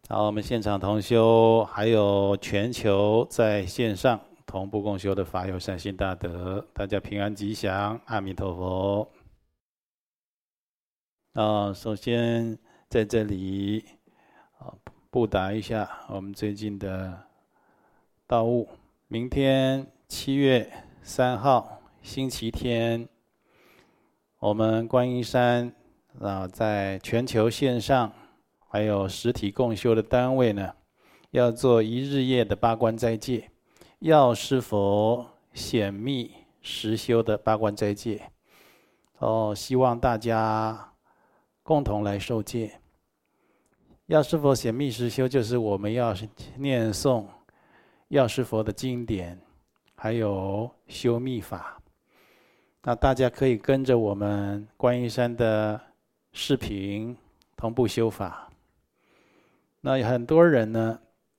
好，我们现场同修，还有全球在线上同步共修的法友善心大德，大家平安吉祥，阿弥陀佛。首先在这里布达一下我们最近的道务。明天7月3号星期天，我们观音山在全球线上还有实体共修的单位呢，要做一日夜的八关斋戒，药师佛显密实修的八关斋戒。希望大家共同来受戒。药师佛显密实修，就是我们要念诵药师佛的经典，还有修密法。那大家可以跟着我们观音山的视频同步修法。那很多人呢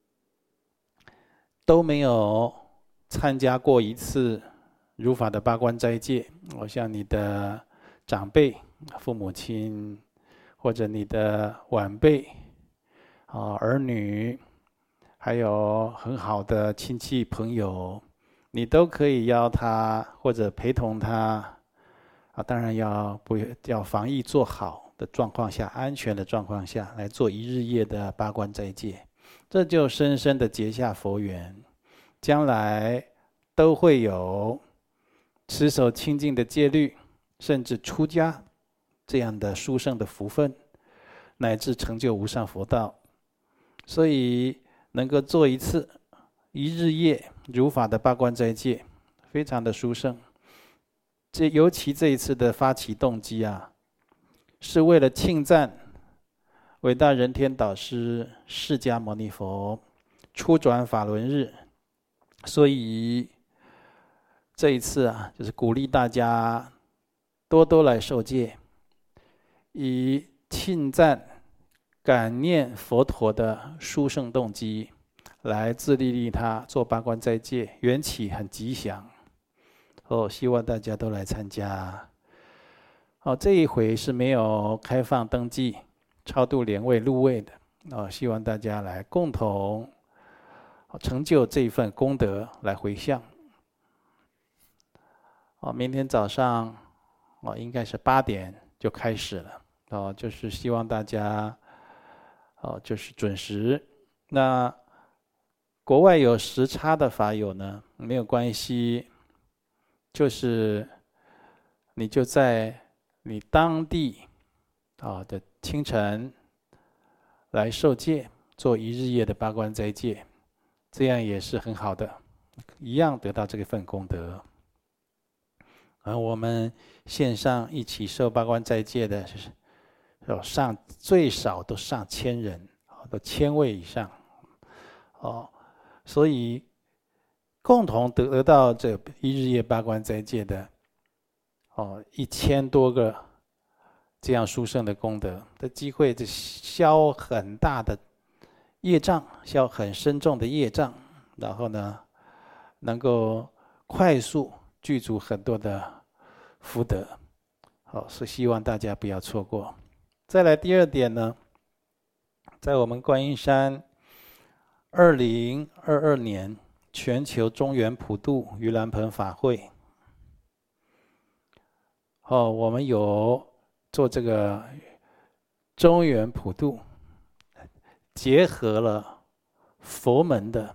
都没有参加过一次如法的八关斋戒。我像你的长辈、父母亲，或者你的晚辈、儿女，还有很好的亲戚朋友，你都可以邀他或者陪同他。当然要防疫做好的状况下，安全的状况下来做一日夜的八关斋戒，这就深深的结下佛缘，将来都会有持守清净的戒律，甚至出家这样的殊胜的福分，乃至成就无上佛道。所以能够做一次一日夜如法的八关斋戒，非常的殊胜。尤其这一次的发起动机是为了庆赞伟大人天导师释迦牟尼佛初转法轮日，所以这一次就是鼓励大家多多来受戒，以庆赞感念佛陀的殊胜动机来自利利他做八关斋戒，缘起很吉祥。希望大家都来参加。这一回是没有开放登记超度莲位入位的。希望大家来共同成就这一份功德，来回向。明天早上应该是8点就开始了。就是希望大家就是准时。那国外有时差的法友呢，没有关系，就是你就在你当地的清晨来受戒，做一日夜的八关斋戒，这样也是很好的，一样得到这份功德。而我们线上一起受八关斋戒的最少都上1000人，都1000位以上。所以共同得到这一日夜八关斋戒的1000多个这样殊胜的功德的机会，这消很大的业障，消很深重的业障，然后呢能够快速具足很多的福德。是希望大家不要错过。再来第二点呢，在我们观音山2022年全球中元普渡盂兰盆法会，我们有做这个中元普渡，结合了佛门的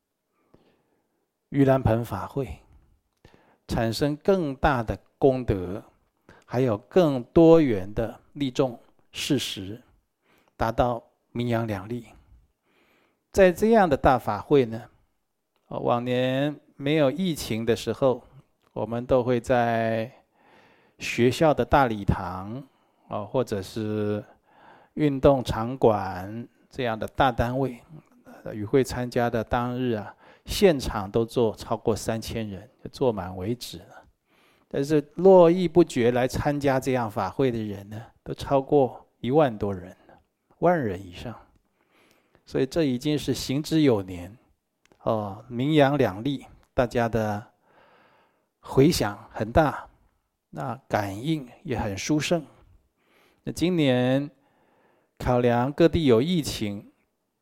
盂兰盆法会，产生更大的功德，还有更多元的利众事实，达到名扬两利。在这样的大法会呢，往年没有疫情的时候，我们都会在学校的大礼堂或者是运动场馆这样的大单位，与会参加的当日现场都坐超过3000人，就坐满为止了。但是络绎不绝来参加这样法会的人呢，都超过1万多人，10000人以上。所以这已经是行之有年，名扬两利，大家的回响很大，那感应也很殊胜。那今年考量各地有疫情，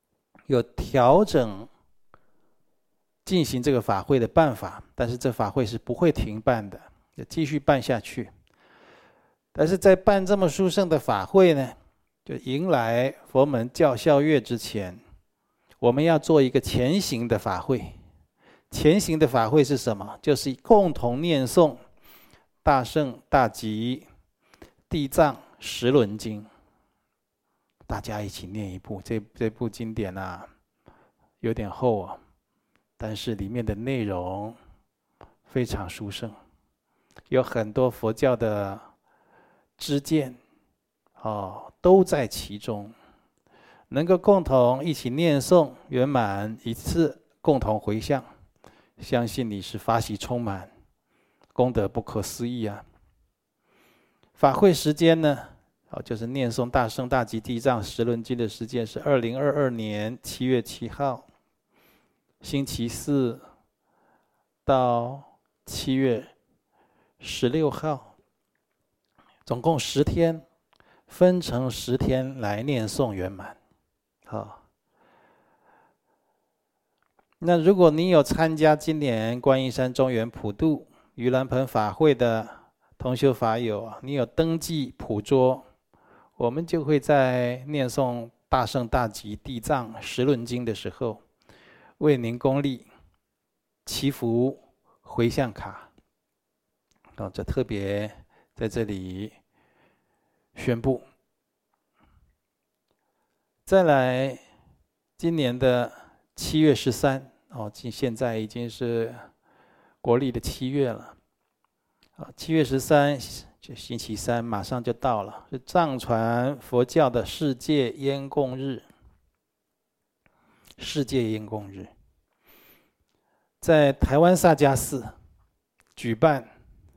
有调整进行这个法会的办法，但是这法会是不会停办的，要继续办下去。但是在办这么殊胜的法会呢，就迎来佛门教孝月之前，我们要做一个前行的法会。前行的法会是什么？就是共同念诵大乘大集地藏十轮经，大家一起念一部。这部经典啊，有点厚啊，但是里面的内容非常殊胜，有很多佛教的知见都在其中。能够共同一起念诵圆满一次，共同回向，相信你是法喜充满，功德不可思议啊！法会时间呢，就是念诵大乘大集地藏十轮经的时间是2022年7月7号，星期四到7月16号，总共10天，分成10天来念诵圆满。那如果你有参加今年观音山中元普渡盂兰盆法会的同修法友，你有登记普桌，我们就会在念诵大乘大集地藏十轮经的时候，为您公立祈福回向卡。这特别在这里宣布。再来，今年的7月13，现在已经是国历的7月了。7月13，就星期三，马上就到了，是藏传佛教的世界烟供日。世界烟供日，在台湾萨迦寺举办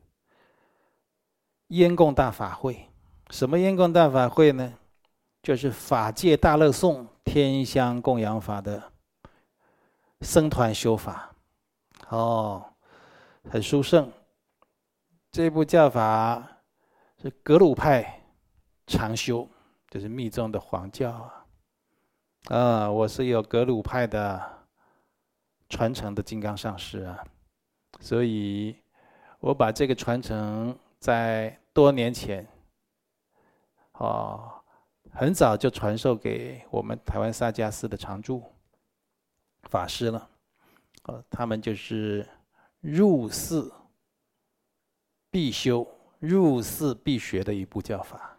烟供大法会。什么烟供大法会呢？就是法界大乐颂天香供养法的僧团修法，很殊胜。这部教法是格鲁派常修，就是密宗的黄教我是有格鲁派的传承的金刚上师啊，所以我把这个传承在多年前很早就传授给我们台湾萨迦寺的常住法师了。他们就是入寺必修、入寺必学的一部教法。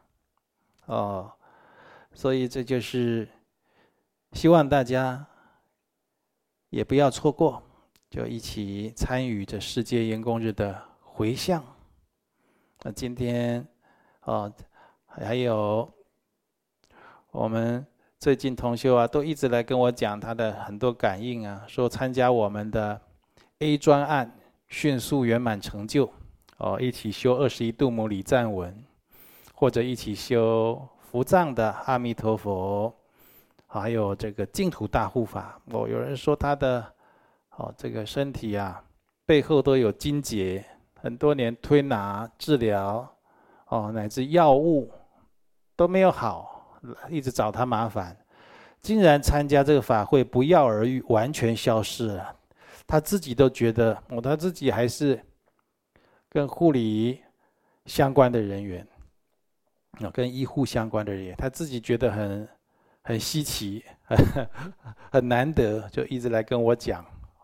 所以这就是希望大家也不要错过，就一起参与这世界烟供日的回向。今天还有我们最近同修都一直来跟我讲他的很多感应说参加我们的 A 专案迅速圆满成就，一起修21度母礼赞文，或者一起修伏藏的阿弥陀佛，还有这个净土大护法。有人说他的这个身体背后都有筋结，很多年推拿治疗乃至药物都没有好，一直找他麻烦，竟然参加这个法会不药而愈，完全消失了。他自己都觉得他自己还是跟护理相关的人员，跟医护相关的人员，他自己觉得很稀奇，很难得，就一直来跟我讲。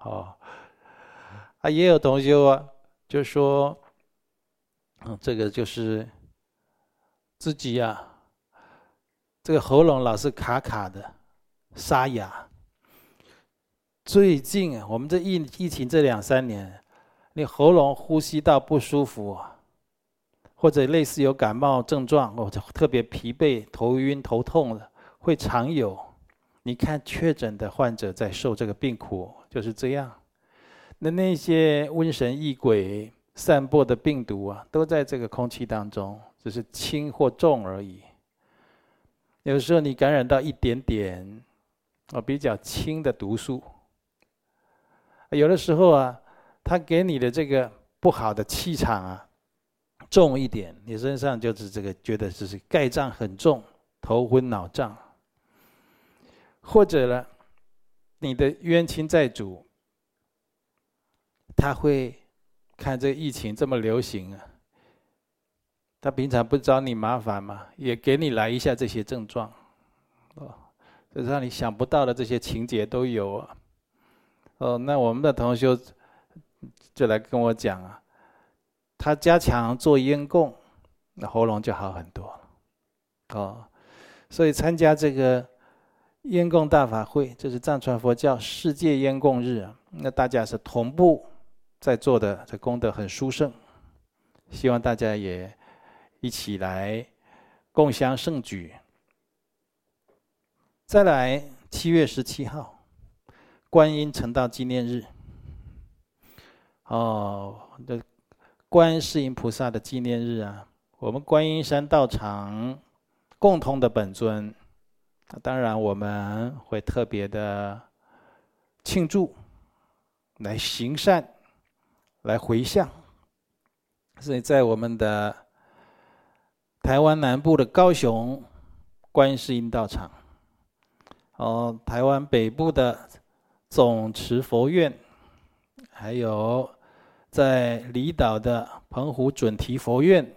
也有同修就说这个就是自己这个喉咙老是卡卡的沙哑。最近我们这疫情这2-3年，你喉咙呼吸道不舒服或者类似有感冒症状，特别疲惫、头晕、头痛的，会常有。你看确诊的患者在受这个病苦，就是这样。那些瘟神异鬼散播的病毒都在这个空气当中，只是轻或重而已。有时候你感染到一点点比较轻的毒素，有的时候它给你的这个不好的气场重一点，你身上就是这个觉得就是盖障很重，头昏脑胀。或者呢， 你的冤亲债主，他会看这疫情这么流行啊，他平常不找你麻烦嘛，也给你来一下这些症状，就是让你想不到的这些情节都有啊。那我们的同修就来跟我讲啊，他加强做烟供，那喉咙就好很多了。所以参加这个烟供大法会，这是藏传佛教世界烟供日啊，那大家是同步在做的，这功德很殊胜，希望大家也一起来共襄盛举。再来7月17号，观音成道纪念日。这观世音菩萨的纪念日啊，我们观音山道场共同的本尊，当然我们会特别的庆祝，来行善，来回向。所以在我们的台湾南部的高雄观世音道场，台湾北部的总持佛院，还有在离岛的澎湖准提佛院，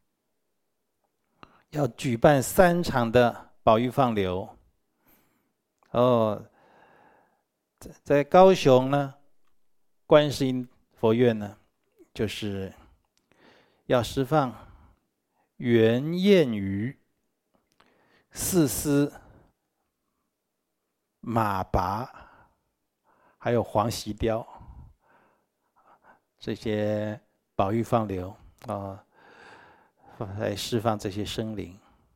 要举办3场的保育放流。在高雄呢，观世音佛院呢，就是要释放圆燕鱼、四丝马拔，还有黄鳍雕，这些保育放流来释放这些生灵。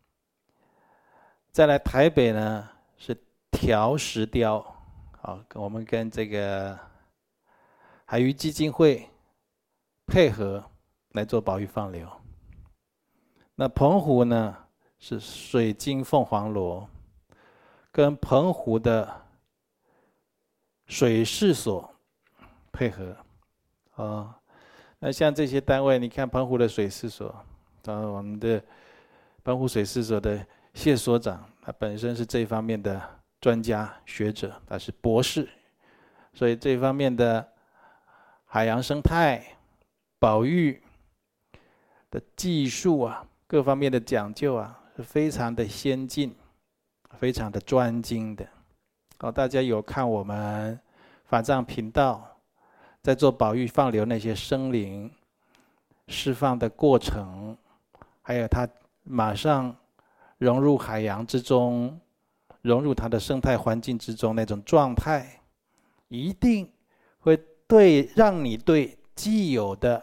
再来台北呢是条石雕，我们跟这个海鱼基金会配合来做保育放流。那澎湖呢是水晶凤凰螺，跟澎湖的水事所配合。那像这些单位，你看澎湖的水事所，我们的澎湖水事所的谢所长，他本身是这方面的专家学者，他是博士，所以这方面的海洋生态保育的技术啊，各方面的讲究啊，是非常的先进，非常的专精的。大家有看我们法藏频道在做保育放流那些生灵释放的过程，还有它马上融入海洋之中，融入它的生态环境之中那种状态，一定会让你对既有的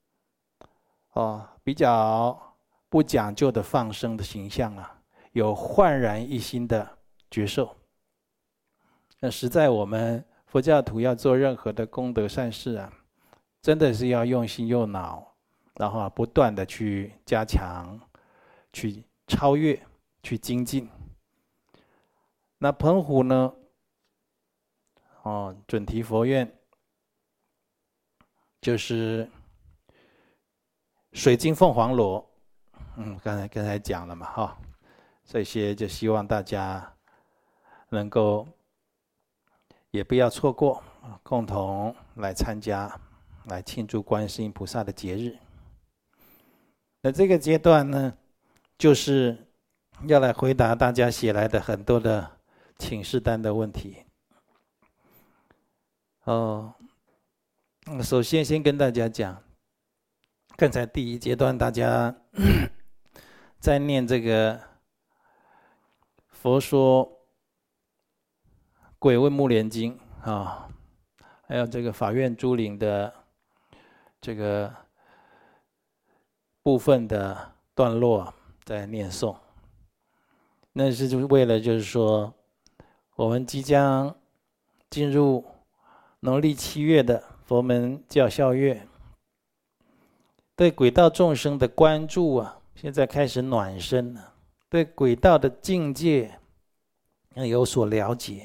比较不讲究的放生的形象啊，有焕然一新的觉受。那实在我们佛教徒要做任何的功德善事啊，真的是要用心用脑，然后不断的去加强，去超越，去精进。那澎湖呢，准提佛院就是水晶凤凰螺，刚才讲了嘛，这些就希望大家能够也不要错过，共同来参加，来庆祝观世音菩萨的节日。那这个阶段呢，就是要来回答大家写来的很多的请示单的问题。首先先跟大家讲，刚才第一阶段大家在念这个佛说鬼问目连经还有这个法院珠林的这个部分的段落在念诵，那是为了就是说，我们即将进入农历7月的佛门教孝月，对鬼道众生的关注啊，现在开始暖身了，对鬼道的境界要有所了解。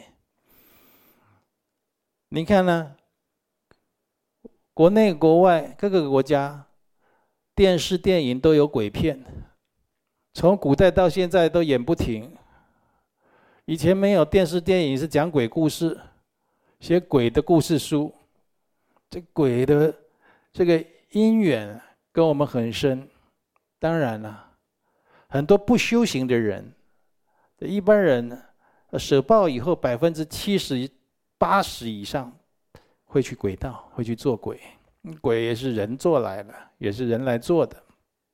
你看呢，国内国外各个国家电视电影都有鬼片，从古代到现在都演不停。以前没有电视电影是讲鬼故事， 写鬼的故事书，这鬼的这个因缘跟我们很深。当然了，很多不修行的人，一般人舍报以后70%、80%以上会去鬼道，会去做鬼。鬼也是人做来的，也是人来做的。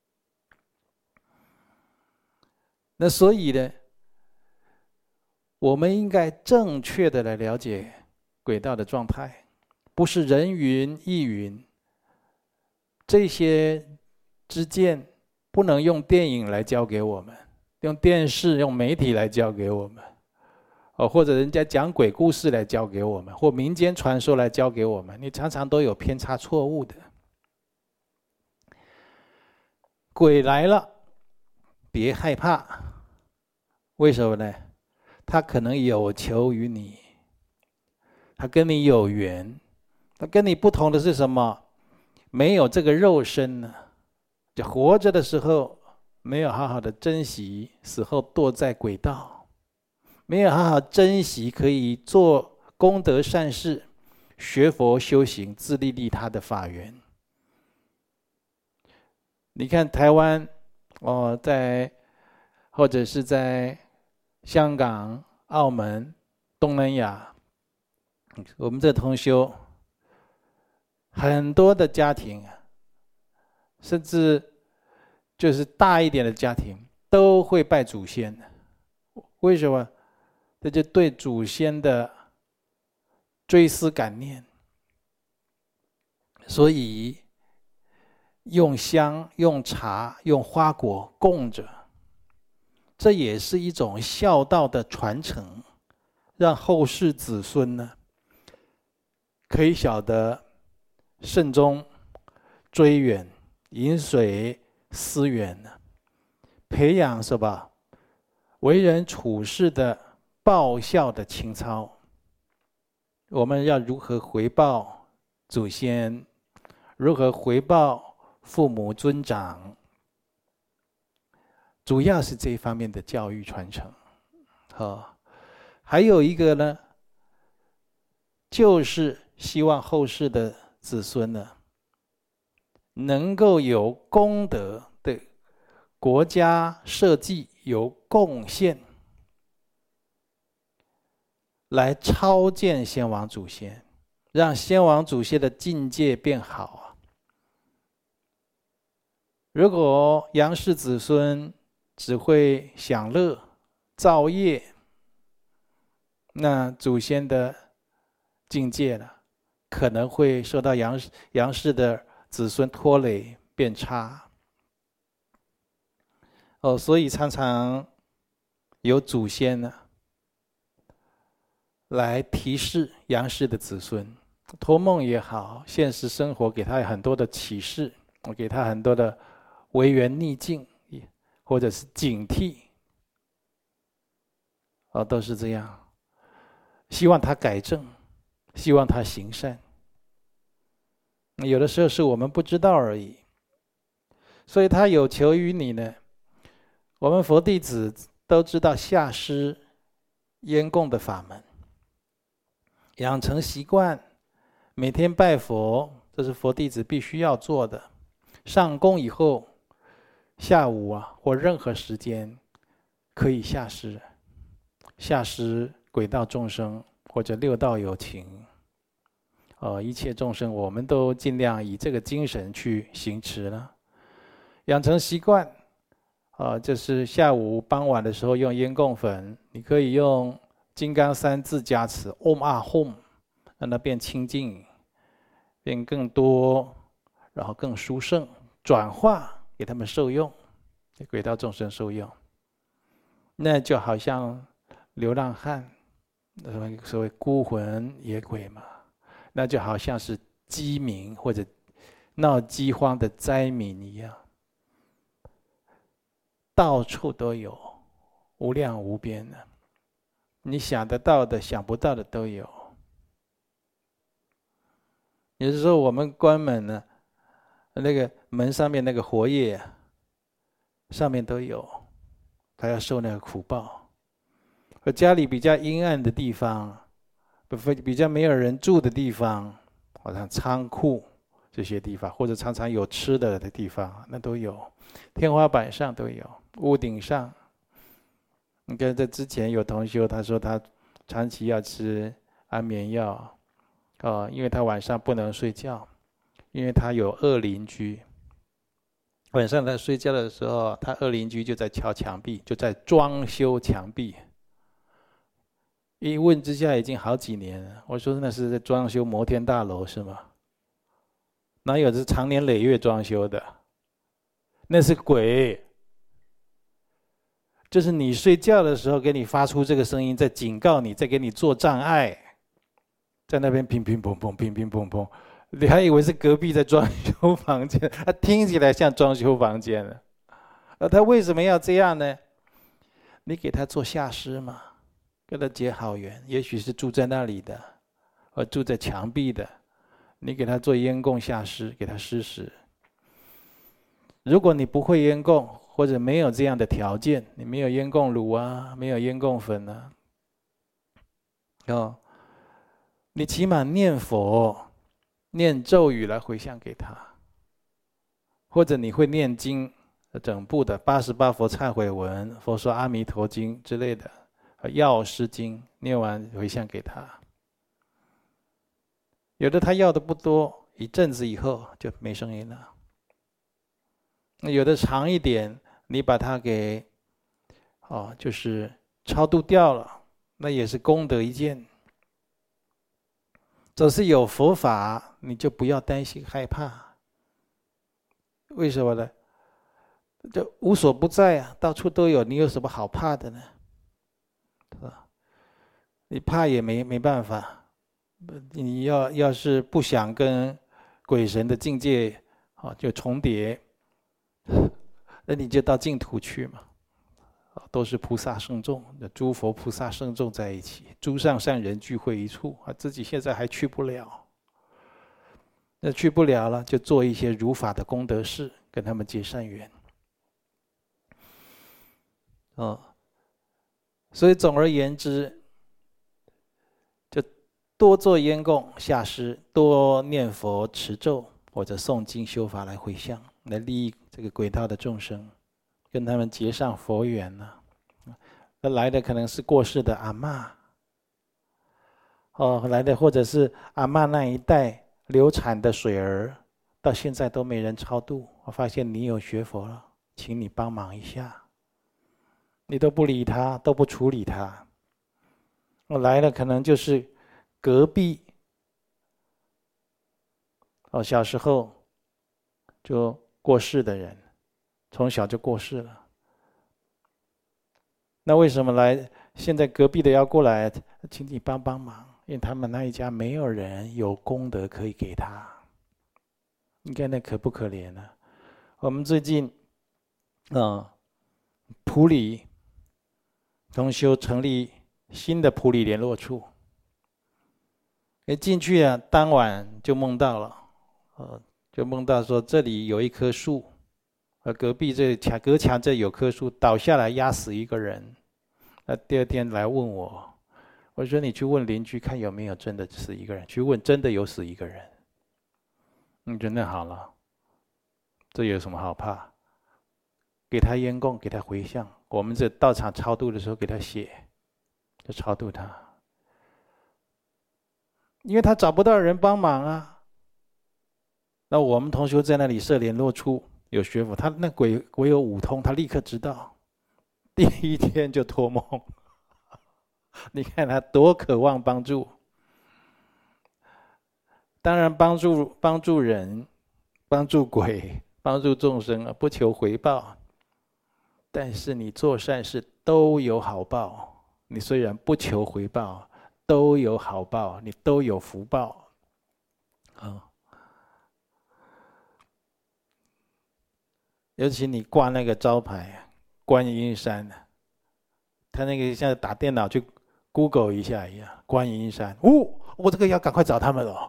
那所以呢，我们应该正确的来了解鬼道的状态，不是人云亦云。这些知见不能用电影来教给我们，用电视、用媒体来教给我们，或者人家讲鬼故事来教给我们，或民间传说来教给我们，你常常都有偏差错误的。鬼来了，别害怕，为什么呢？他可能有求于你，他跟你有缘，他跟你不同的是什么？没有这个肉身呢，就活着的时候没有好好的珍惜，死后堕在鬼道，没有好好珍惜可以做功德善事、学佛修行、自利利他的法缘。你看台湾或者是在香港、澳门、东南亚，我们这同修很多的家庭，甚至就是大一点的家庭都会拜祖先。为什么？这就对祖先的追思感念，所以用香、用茶、用花果供着，这也是一种孝道的传承，让后世子孙呢可以晓得慎终追远、饮水思源，培养什么为人处事的报效的情操。我们要如何回报祖先？如何回报父母尊长？主要是这一方面的教育传承。还有一个呢，就是希望后世的子孙呢，能够有功德，对国家社稷有贡献，来超荐先王祖先，让先王祖先的境界变好啊。如果杨氏子孙只会享乐、造业，那祖先的境界呢，可能会受到杨氏的子孙拖累，变差。所以常常有祖先呢来提示杨氏的子孙，托梦也好，现实生活给他很多的启示，给他很多的违缘逆境，或者是警惕，都是这样，希望他改正，希望他行善。有的时候是我们不知道而已，所以他有求于你呢。我们佛弟子都知道下施烟供的法门，养成习惯，每天拜佛，这是佛弟子必须要做的。上供以后，下午或任何时间可以下施鬼道众生或者六道有情，一切众生，我们都尽量以这个精神去行持了，养成习惯。就是下午傍晚的时候用烟供粉，你可以用金刚三字加持 Om Ah Hum， 让它变清净，变更多，然后更殊胜，转化给他们受用，给鬼道众生受用。那就好像流浪汉，所谓孤魂野鬼嘛，那就好像是饥民或者闹饥荒的灾民一样，到处都有，无量无边的，你想得到的、想不到的都有。也就是说，我们关门呢，那个门上面那个活页上面都有，他要受那个苦报。而家里比较阴暗的地方， 比较没有人住的地方，好像仓库这些地方，或者常常有吃的地方，那都有。天花板上都有，屋顶上。你看，这之前有同修，他说他长期要吃安眠药，因为他晚上不能睡觉，因为他有恶邻居。晚上他睡觉的时候，他恶邻居就在敲墙壁，就在装修墙壁。一问之下，已经好几年了。我说那是在装修摩天大楼是吗？哪有是长年累月装修的？那是鬼。就是你睡觉的时候给你发出这个声音，在警告你，在给你做障碍，在那边乒乒乓乓，乒乒乓乓，你还以为是隔壁在装修房间，他听起来像装修房间了。他为什么要这样呢？你给他做下施嘛，跟他结好缘，也许是住在那里的，住在墙壁的，你给他做烟供下施，给他施食。如果你不会烟供，或者没有这样的条件，你没有烟供炉啊，没有烟供粉啊，你起码念佛、念咒语来回向给他，或者你会念经，整部的88佛忏悔文、佛说阿弥陀经之类的，药师经念完回向给他。有的他要的不多，一阵子以后就没声音了。有的长一点，你把它给就是超度掉了，那也是功德一件。总是有佛法，你就不要担心害怕。为什么呢？就无所不在啊，到处都有，你有什么好怕的呢？是吧？你怕也没办法。你要是不想跟鬼神的境界就重叠，那你就到净土去嘛。都是菩萨圣众，诸佛菩萨圣众在一起，诸上善人聚会一处自己现在还去不了。那去不了了，就做一些如法的功德事，跟他们结善缘。所以总而言之，就多做烟供下施，多念佛持咒或者诵经修法来回向，来利益这个鬼道的众生，跟他们结上佛缘呢。来的可能是过世的阿嬷，来的或者是阿嬷那一代流产的水儿，到现在都没人超度。我发现你有学佛了，请你帮忙一下。你都不理他，都不处理他。我来了可能就是隔壁，小时候就过世的人，从小就过世了。那为什么来？现在隔壁的要过来，请你帮帮忙，因为他们那一家没有人有功德可以给他。你看那可不可怜呢？我们最近，埔里同修成立新的埔里联络处。进去啊，当晚就梦到了，就梦到说这里有一棵树。隔壁这隔墙这有棵树倒下来压死一个人，那第二天来问我，我说你去问邻居看有没有真的死一个人，去问真的有死一个人。你说那好了，这有什么好怕？给他烟供，给他回向，我们这道场超度的时候给他写，就超度他，因为他找不到人帮忙啊。那我们同学在那里设联络处。有学佛，他那鬼有五通，他立刻知道，第一天就托梦。你看他多渴望帮助。当然帮助人，帮助鬼，帮助众生不求回报。但是你做善事都有好报，你虽然不求回报，都有好报，你都有福报。尤其你挂那个招牌观音山，他那个像打电脑去 Google 一下一样，观音山，我这个要赶快找他们了。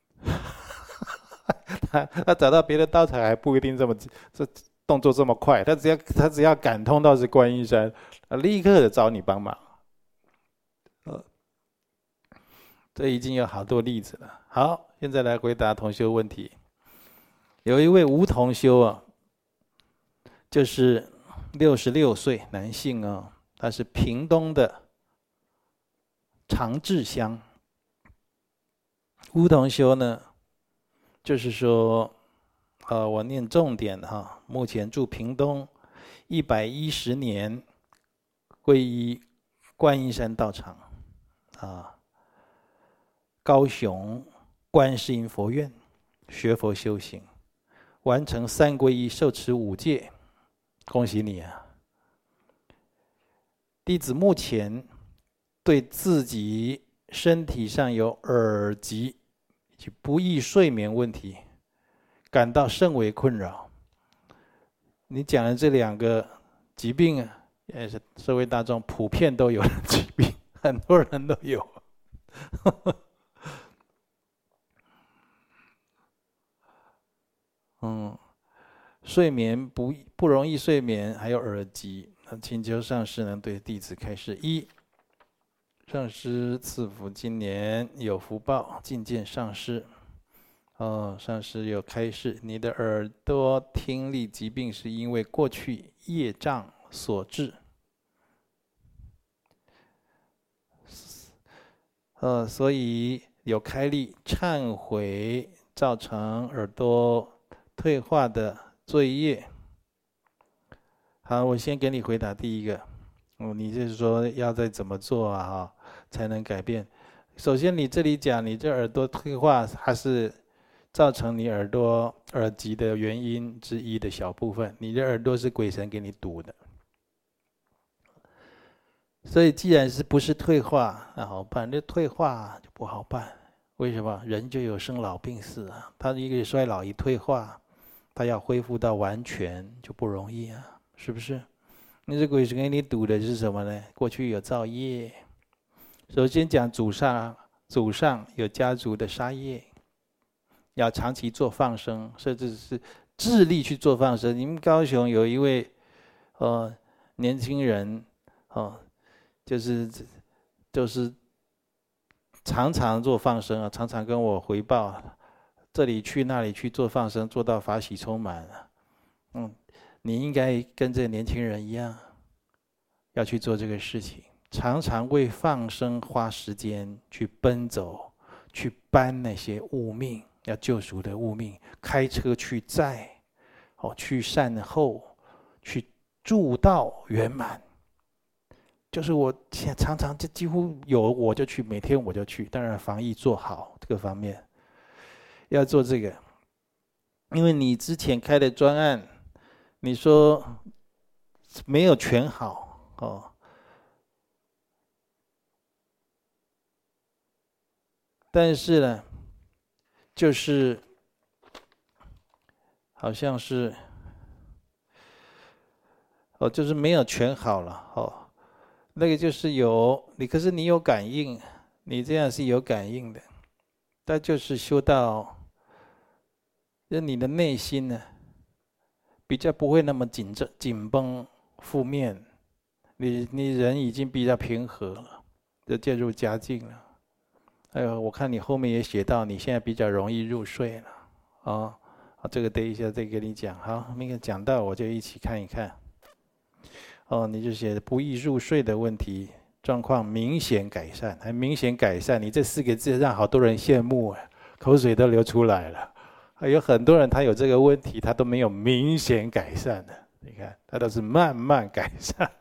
他找到别的道场还不一定这动作这么快，他只要感通到是观音山，立刻的找你帮忙。 这已经有好多例子了。好，现在来回答同修问题。有一位吴同修啊，就是66岁男性啊，他是屏东的长治乡。吴同修呢，就是说，我念重点哈，目前住屏东，110年皈依观音山道场，高雄观世音佛院学佛修行，完成3皈依，受持5戒，恭喜你啊！弟子目前对自己身体上有耳疾以及不易睡眠问题感到甚为困扰。你讲的这2个疾病啊，也是社会大众普遍都有的疾病，很多人都有。睡眠不容易睡眠，还有耳疾，请求上师能对弟子开示。1，上师赐福今年有福报，觐见上师。上师有开示，你的耳朵听力疾病是因为过去业障所致。所以有开立忏悔造成耳朵退化的罪业。好，我先给你回答第一个。你就是说要再怎么做啊，才能改变？首先，你这里讲你这耳朵退化，还是造成你耳疾的原因之一的小部分。你的耳朵是鬼神给你堵的，所以既然不是退化，那好办。这退化就不好办，为什么？人就有生老病死啊，他一个衰老一退化，他要恢复到完全就不容易啊，是不是？那这鬼神给你堵的是什么呢？过去有造业。首先讲祖上有家族的杀业，要长期做放生，甚至是致力去做放生。你们高雄有一位年轻人就是常常做放生啊，常常跟我回报，这里去那里去做放生，做到法喜充满了。你应该跟这个年轻人一样，要去做这个事情，常常为放生花时间去奔走，去搬那些物命，要救赎的物命，开车去载，去善后，去助道圆满。就是我常常就几乎有我就去，每天我就去。当然防疫做好这个方面，要做这个，因为你之前开的专案，你说没有全好但是呢，就是好像是就是没有全好了那个就是可是你有感应，你这样是有感应的，但就是修到，让你的内心呢比较不会那么紧绷负面，你人已经比较平和了，就渐入佳境了。我看你后面也写到，你现在比较容易入睡了这个等一下再跟你讲。好，那个讲到我就一起看一看。你就写不易入睡的问题状况明显改善，还明显改善，你这4个字让好多人羡慕口水都流出来了。有很多人他有这个问题，他都没有明显改善的，你看他都是慢慢改善。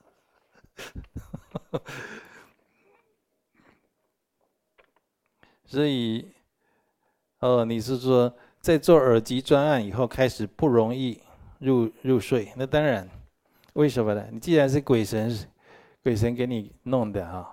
所以你是说在做耳疾专案以后开始不容易入睡？那当然。为什么呢？你既然是鬼神给你弄的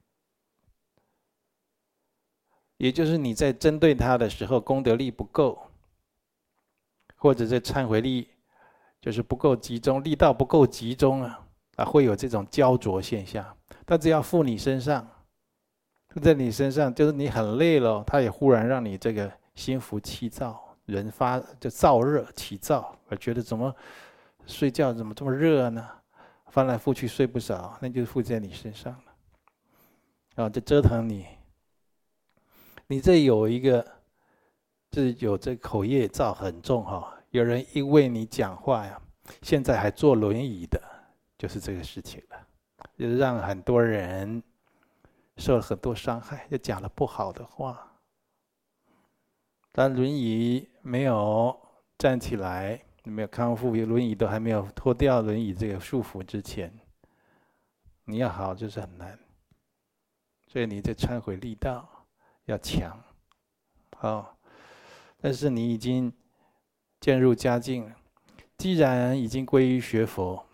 也就是你在针对他的时候功德力不够，或者是忏悔力就是不够集中，力道不够集中会有这种焦灼现象。他只要附你身上，在你身上，就是你很累了，他也忽然让你这个心浮气躁，人就燥热起燥，而觉得怎么睡觉怎么这么热呢？翻来覆去睡不着，那就是附在你身上了就折腾你你这有一个，就是有这口业障很重哈。有人因为你讲话呀，现在还坐轮椅的，就是这个事情了，就是让很多人受了很多伤害，就讲了不好的话。当轮椅没有站起来，没有康复，轮椅都还没有脱掉轮椅这个束缚之前，你要好就是很难。所以你这忏悔力道要强，好。但是你已经渐入佳境了，既然已经皈依学佛，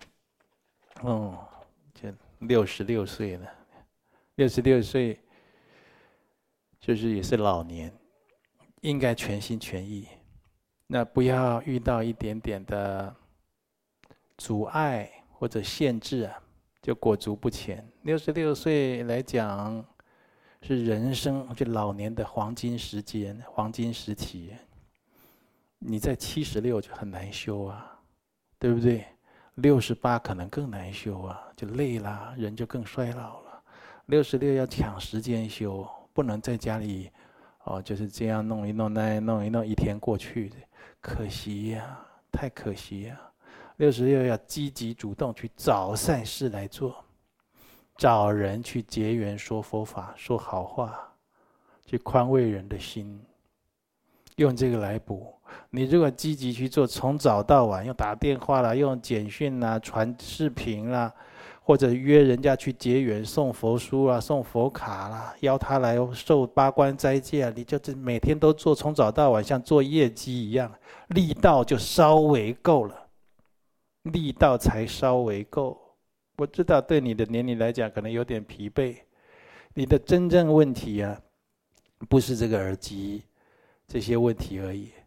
就66岁了，66岁就是也是老年，应该全心全意。那不要遇到一点点的阻碍或者限制啊，就裹足不前。66岁来讲，是人生就老年的黄金时间、黄金时期。你在76就很难修啊，对不对？68可能更难修啊，就累了，人就更衰老了。66要抢时间修，不能在家里就是这样弄一弄，那弄一弄，一天过去，可惜呀，太可惜呀。66要积极主动去找善事来做，找人去结缘说佛法，说好话，去宽慰人的心，用这个来补。你如果积极去做，从早到晚，用打电话啦，用简讯啦，传视频啦，或者约人家去结缘，送佛书啦，送佛卡啦，邀他来受八关斋戒啊，你就每天都做，从早到晚，像做业绩一样，力道就稍微够了，力道才稍微够。我知道对你的年龄来讲可能有点疲惫，你的真正问题啊，不是这个耳机这些问题而已。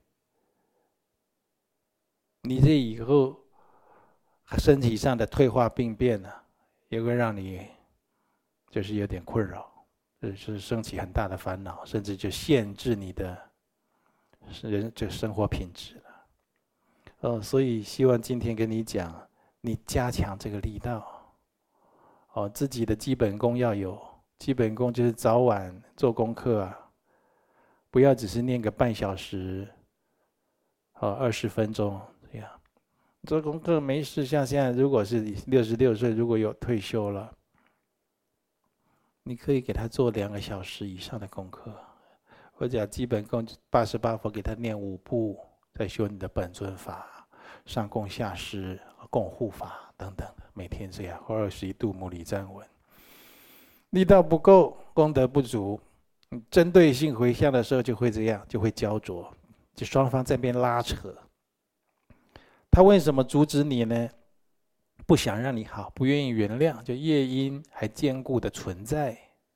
你这以后身体上的退化病变呢，也会让你就是有点困扰，就是升起很大的烦恼，甚至就限制你的这生活品质了。所以希望今天跟你讲，你加强这个力道，自己的基本功要有，基本功就是早晚做功课啊，不要只是念个半小时，20分钟这样。做功课没事，像现在如果是66岁，如果有退休了，你可以给他做2个小时以上的功课，或者基本功88佛给他念5部，再修你的本尊法、上供下施、供护法等等，每天这样，或21度母礼赞文。力道不够，功德不足，针对性回向的时候就会这样，就会焦灼，就双方在那边拉扯。他为什么阻止你呢？不想让你好，不愿意原谅，就业因还坚固的存在。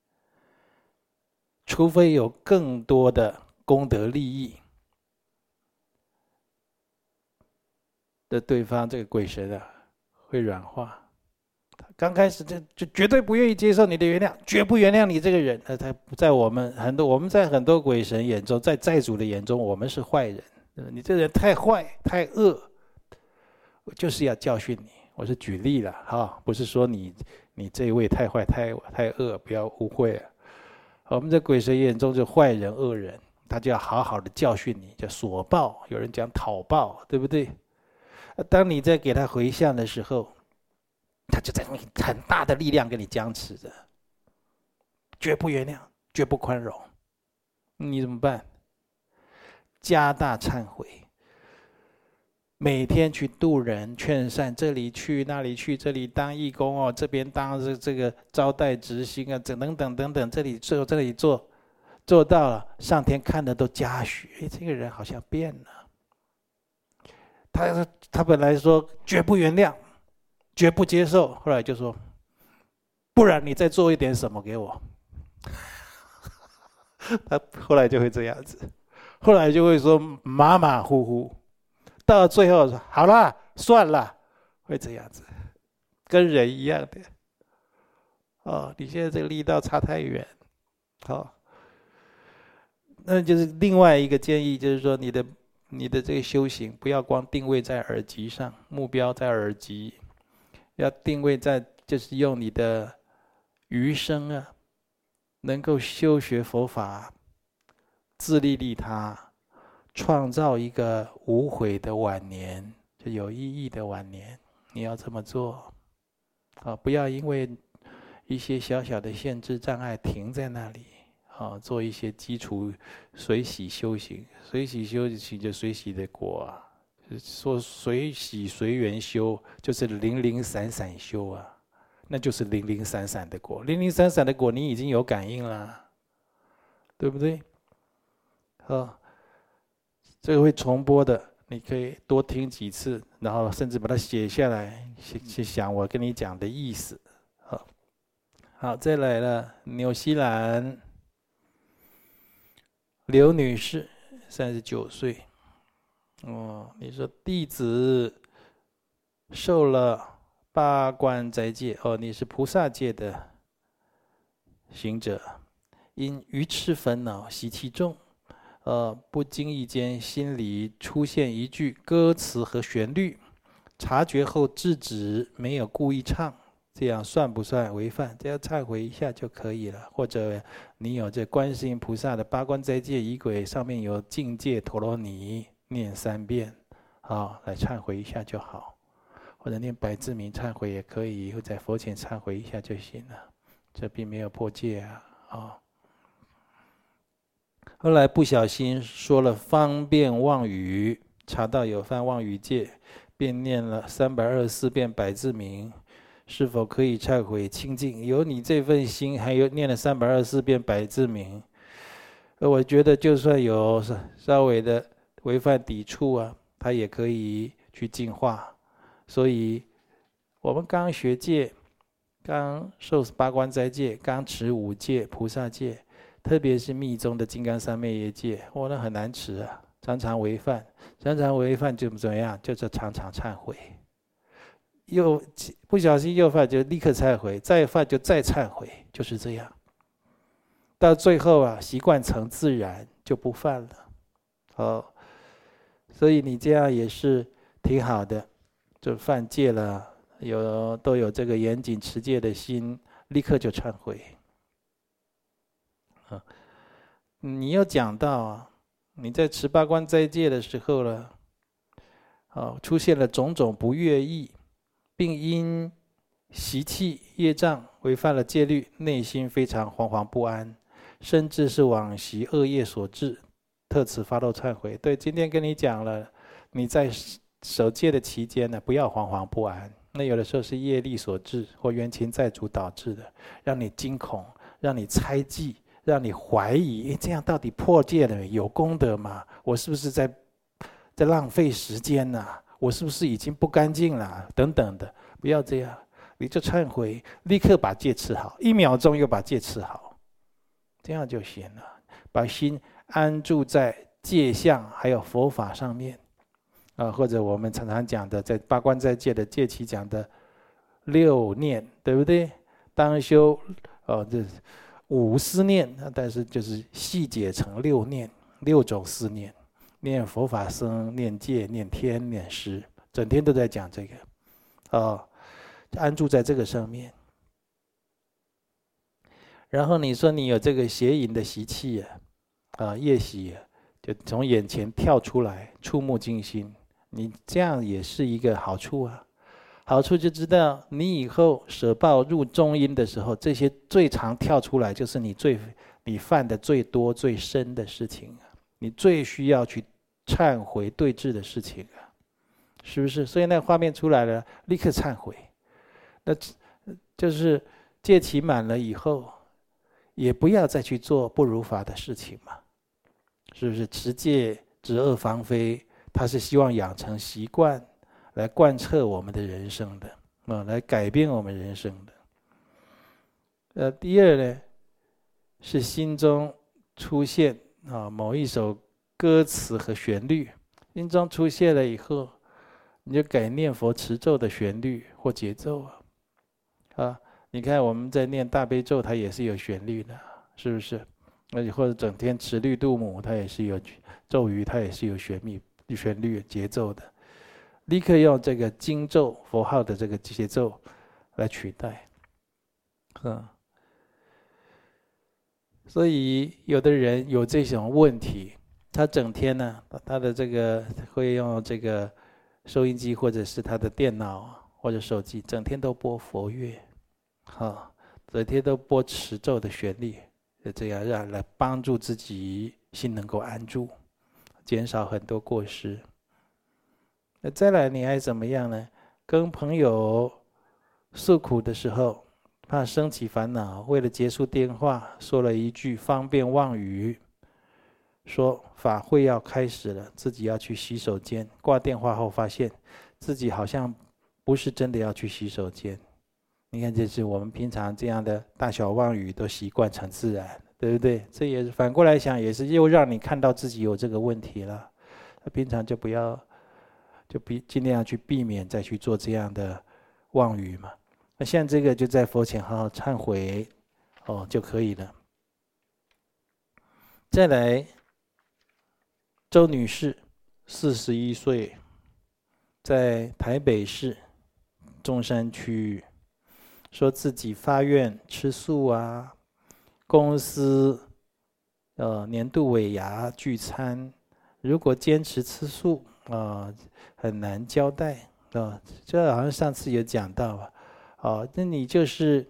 除非有更多的功德利益的对方，这个鬼神啊会软化。刚开始就绝对不愿意接受你的原谅，绝不原谅你这个人。他在我们在很多鬼神眼中，在债主的眼中，我们是坏人。你这人太坏太恶，我就是要教训你。我是举例了哈，不是说你这一位太坏太恶，不要误会啊。我们在鬼神眼中就坏人恶人，他就要好好的教训你，叫索报。有人讲讨报，对不对？当你在给他回向的时候，他就在用很大的力量跟你僵持着，绝不原谅，绝不宽容。你怎么办？加大忏悔，每天去度人劝善，这里去那里去，这里当义工这边当这个招待执行啊，等等等等，这里做到了，上天看的都嘉许，这个人好像变了。他本来说绝不原谅，绝不接受，后来就说，不然你再做一点什么给我。他后来就会这样子，后来就会说马马虎虎，到最后说好了算了，会这样子，跟人一样的。你现在这个力道差太远，那就是另外一个建议，就是说你的这个修行不要光定位在耳机上，目标在耳机，要定位在就是用你的余生啊，能够修学佛法， 自利利他，创造一个无悔的晚年，就有意义的晚年。你要这么做，不要因为一些小小的限制障碍停在那里，做一些基础随喜修行。随喜修行就随喜的果啊，说随喜随缘修，就是零零散散修啊，那就是零零散散的果。零零散散的果，你已经有感应了，对不对？这个会重播的，你可以多听几次，然后甚至把它写下来，去想我跟你讲的意思。好，再来了，纽西兰刘女士，39岁。你说弟子受了八关斋戒，你是菩萨戒的行者，因愚痴烦恼习气重，不经意间心里出现一句歌词和旋律，察觉后制止，没有故意唱，这样算不算违犯？只要忏悔一下就可以了。或者你有这观世音菩萨的八关斋戒仪轨，上面有境界陀罗尼，念3遍，来忏悔一下就好。或者念百字明忏悔也可以，或在佛前忏悔一下就行了，这并没有破戒啊。后来不小心说了方便妄语，查到有犯妄语戒，便念了324遍百字明，是否可以忏悔清净？有你这份心，还有念了324遍百字明，我觉得就算有稍微的违反抵触啊，他也可以去净化。所以我们刚学戒，刚受八关斋戒，刚持5戒菩萨戒，特别是密宗的金刚三昧耶戒，那很难持啊，常常违犯，常常违犯就怎么样？就是常常忏悔，又不小心又犯就立刻忏悔，再犯就再忏悔，就是这样。到最后习惯成自然，就不犯了。所以你这样也是挺好的，就犯戒了，都有这个严谨持戒的心，立刻就忏悔。你又讲到你在持八关斋戒的时候了，出现了种种不悦意，并因习气业障违犯了戒律，内心非常惶惶不安，甚至是往昔恶业所致，特此发露忏悔。对，今天跟你讲了，你在守戒的期间呢，不要惶惶不安。那有的时候是业力所致，或冤亲债主导致的，让你惊恐，让你猜忌，让你怀疑，这样到底破戒了有功德吗？我是不是在浪费时间呢？我是不是已经不干净了？等等的，不要这样，你就忏悔，立刻把戒持好，1秒钟又把戒持好，这样就行了。把心安住在戒相还有佛法上面，或者我们常常讲的，在八关斋戒的戒期讲的6念，对不对？当修这5思念，但是就是细解成6念，6种思念，念佛法僧，念戒，念天，念师，整天都在讲这个，安住在这个上面。然后你说你有这个邪淫的习气业习就从眼前跳出来，触目惊心，你这样也是一个好处啊。好处就知道你以后舍报入中阴的时候，这些最常跳出来，就是你犯的最多最深的事情，你最需要去忏悔对峙的事情，是不是？所以那画面出来了，立刻忏悔。那就是戒期满了以后，也不要再去做不如法的事情嘛，是不是？持戒止恶防非，他是希望养成习惯，来贯彻我们的人生的，来改变我们人生的。第二呢，是心中出现某一首歌词和旋律，心中出现了以后，你就改念佛持咒的旋律或节奏你看我们在念大悲咒，它也是有旋律的，是不是？或者整天持律度母，它也是有咒语，它也是有旋律节奏的。立刻用这个经咒佛号的这个节奏来取代。 所以有的人有这种问题，他整天呢，他的这个会用这个收音机或者是他的电脑或者手机，整天都播佛乐，整天都播持咒的旋律，就这样让来帮助自己心能够安住，减少很多过失。那再来，你还怎么样呢？跟朋友诉苦的时候，怕升起烦恼，为了结束电话，说了一句方便妄语，说法会要开始了，自己要去洗手间。挂电话后发现自己好像不是真的要去洗手间。你看，这是我们平常这样的大小妄语都习惯成自然，对不对？这也是反过来想，也是又让你看到自己有这个问题了。平常就不要，尽量去避免再去做这样的妄语嘛。那像这个就在佛前好好忏悔就可以了。再来，周女士41岁，在台北市中山区，说自己发愿吃素啊，公司年度尾牙聚餐，如果坚持吃素很难交代这好像上次有讲到吧。那你就是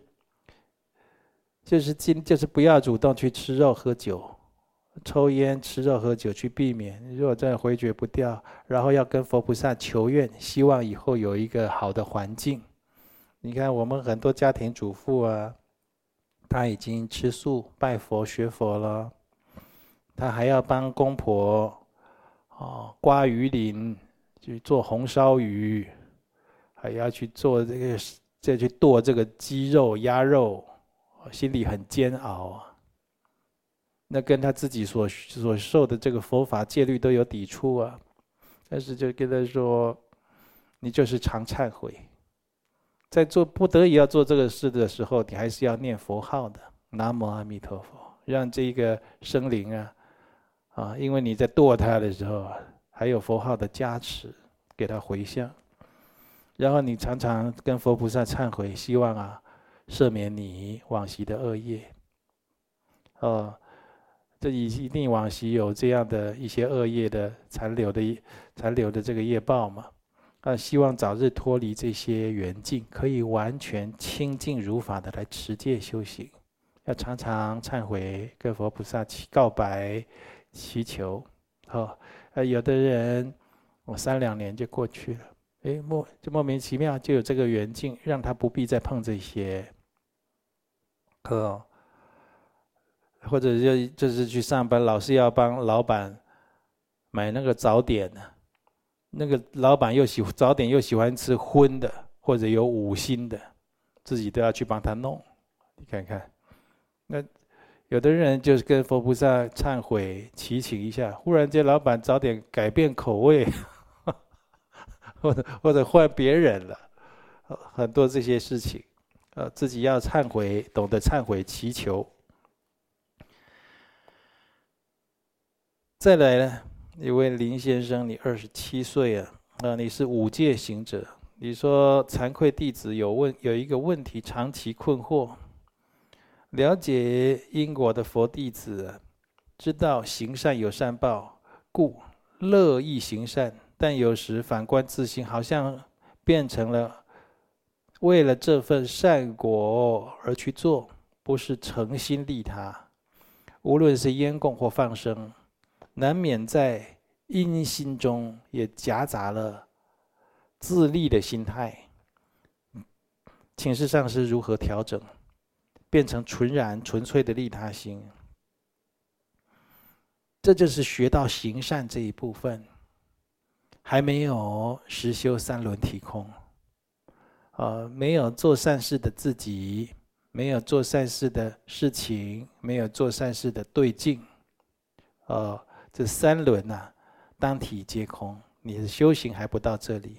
不要主动去吃肉喝酒，抽烟吃肉喝酒去避免。如果真的回绝不掉，然后要跟佛菩萨求愿，希望以后有一个好的环境。你看我们很多家庭主妇啊，她已经吃素拜佛学佛了，她还要帮公婆刮鱼鳞，去做红烧鱼，还要去做再去剁这个鸡肉鸭肉，心里很煎熬那跟他自己所受的这个佛法戒律都有抵触啊。但是就跟他说，你就是常忏悔，在做不得已要做这个事的时候，你还是要念佛号的，南无阿弥陀佛，让这个生灵因为你在剁他的时候还有佛号的加持，给他回向。然后你常常跟佛菩萨忏悔，希望赦免你往昔的恶业。这一定往昔有这样的一些恶业的残留的这个业报嘛。希望早日脱离这些缘境，可以完全清净如法的来持戒修行。要常常忏悔，跟佛菩萨告白祈求。有的人3-2年就过去了。就莫名其妙就有这个缘境，让他不必再碰这些或者就是去上班，老是要帮老板买那个早点那个老板早点又喜欢吃荤的或者有5星的，自己都要去帮他弄。你看看，那有的人就是跟佛菩萨忏悔祈请一下，忽然间老板早点改变口味或者换别人了，很多这些事情，自己要忏悔，懂得忏悔祈求。再来呢，一位林先生，你27岁你是5戒行者，你说惭愧弟子有一个问题长期困惑，了解因果的佛弟子知道行善有善报，故乐意行善。但有时反观自心，好像变成了为了这份善果而去做，不是诚心利他。无论是烟供或放生，难免在阴心中也夹杂了自利的心态。请示上师如何调整，变成纯粹的利他心？这就是学到行善这一部分。还没有实修3轮体空，没有做善事的自己，没有做善事的事情，没有做善事的对境，这3轮当体皆空，你的修行还不到这里。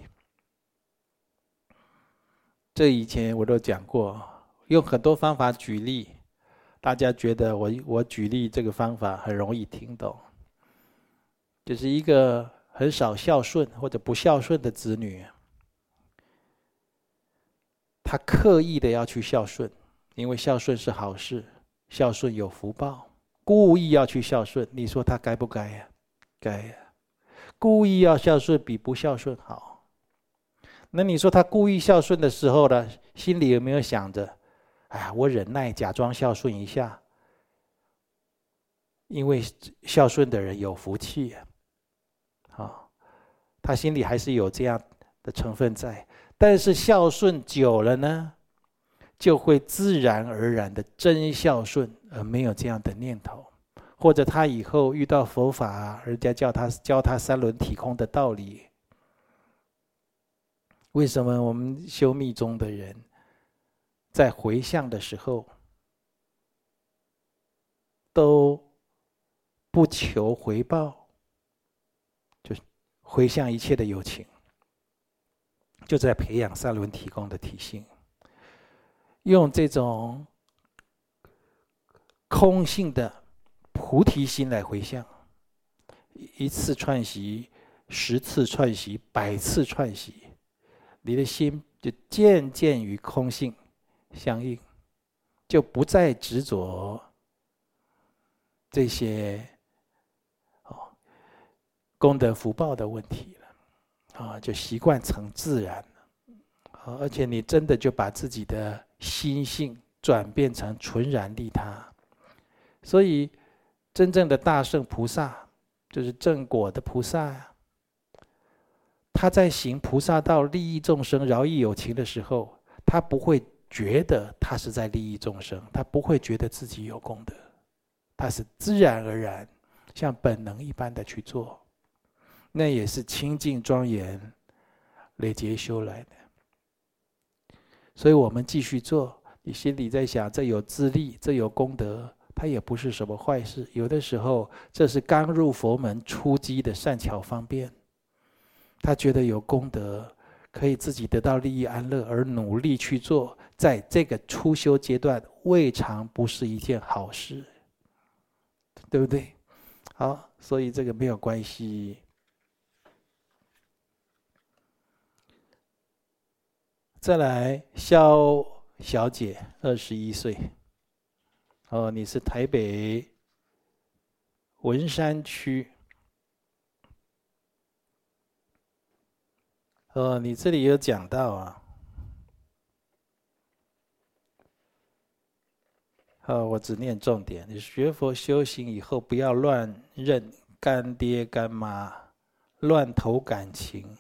这以前我都讲过，用很多方法举例，大家觉得我举例这个方法很容易听懂，就是一个很少孝顺或者不孝顺的子女，他刻意的要去孝顺，因为孝顺是好事， 孝顺有福报，故意要去孝顺，你说他该不该呀？该呀。故意要孝顺比不孝顺好。那你说他故意孝顺的时候呢，心里有没有想着，哎，我忍耐假装孝顺一下，因为孝顺的人有福气呀，他心里还是有这样的成分在。但是孝顺久了呢，就会自然而然的真孝顺，而没有这样的念头。或者他以后遇到佛法，人家教他三轮体空的道理。为什么我们修密宗的人在回向的时候都不求回报，就是回向一切的有情，就在培养三轮体空的体性，用这种空性的菩提心来回向，一次串习，10次串习，100次串习，你的心就渐渐与空性相应，就不再执着这些功德福报的问题了，就习惯成自然了，而且你真的就把自己的心性转变成纯然利他。所以真正的大圣菩萨，就是正果的菩萨呀，他在行菩萨道利益众生饶益有情的时候，他不会觉得他是在利益众生，他不会觉得自己有功德，他是自然而然像本能一般的去做，那也是清净庄严累劫修来的。所以我们继续做，你心里在想这有自利，这有功德，它也不是什么坏事。有的时候这是刚入佛门初机的善巧方便，他觉得有功德，可以自己得到利益安乐，而努力去做，在这个初修阶段未尝不是一件好事，对不对？好，所以这个没有关系。再来，肖小姐，21岁，你是台北文山区。你这里有讲到啊，我只念重点。你学佛修行以后，不要乱认干爹干妈，乱投感情，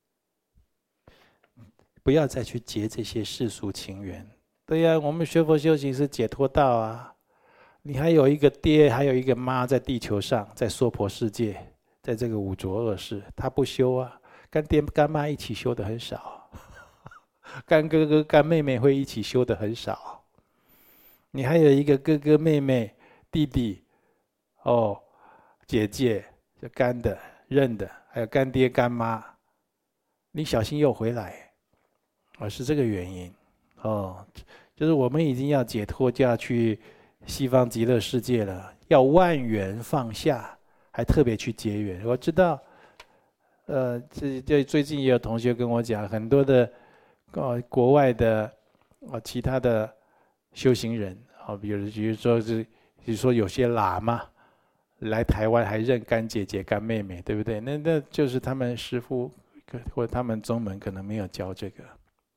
不要再去结这些世俗情缘。对呀，我们学佛修行是解脱道啊。你还有一个爹，还有一个妈在地球上，在娑婆世界，在这个五浊恶世，他不修啊。干爹干妈一起修的很少，干哥哥干妹妹会一起修的很少。你还有一个哥哥妹妹弟弟姐姐，就干的认的，还有干爹干妈，你小心又回来，是这个原因就是我们已经要解脱，就要去西方极乐世界了，要万缘放下，还特别去结缘。我知道这最近也有同学跟我讲，很多的国外的其他的修行人比如说有些喇嘛来台湾还认干姐姐干妹妹，对不对？那就是他们师父或者他们宗门可能没有教这个。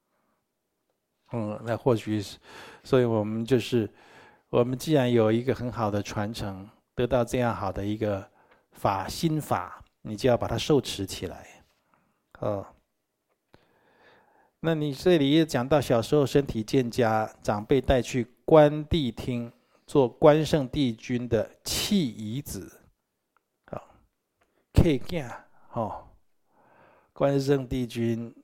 那或许是，所以我们既然有一个很好的传承，得到这样好的一个心法，你就要把它受持起来。那你这里也讲到小时候身体健佳，长辈带去关帝厅做关圣帝君的弃夷子，K 囝关圣帝君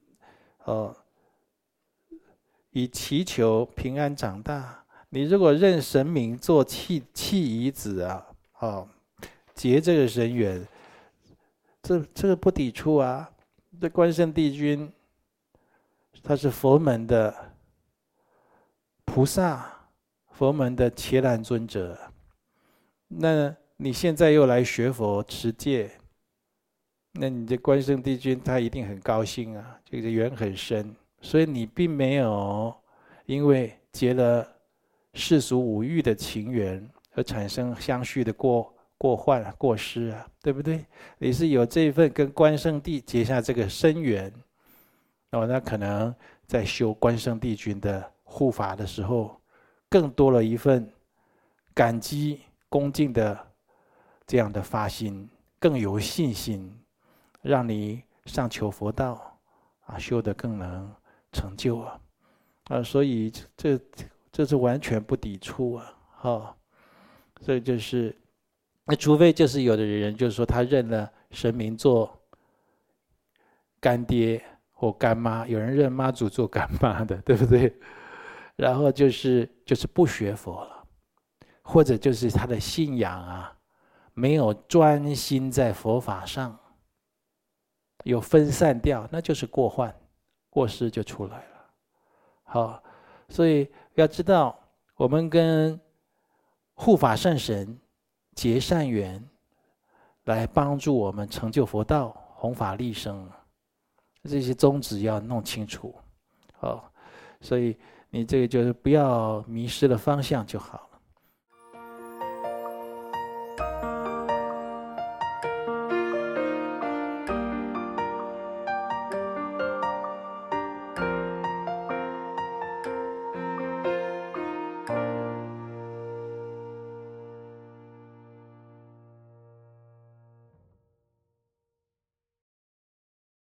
以祈求平安长大。你如果认神明做弃夷子结这个神缘，这个不抵触啊。这关圣帝君他是佛门的菩萨，佛门的伽蓝尊者。那你现在又来学佛持戒，那你的关圣帝君他一定很高兴啊，这个缘很深。所以你并没有因为结了世俗五欲的情缘而产生相续的过患过失啊，对不对？你是有这一份跟关圣帝结下这个深缘，那可能在修关圣帝君的护法的时候，更多了一份感激恭敬的这样的发心，更有信心，让你上求佛道啊，修得更能成就啊，所以这是完全不抵触啊，所以就是那除非就是有的人就是说他认了神明做干爹或干妈，有人认妈祖做干妈的，对不对？然后就是不学佛了，或者就是他的信仰啊没有专心在佛法上，有分散掉，那就是过患过失就出来了。好，所以要知道我们跟护法圣神结善缘，来帮助我们成就佛道、弘法利生，这些宗旨要弄清楚。所以你这个就是不要迷失了方向就好。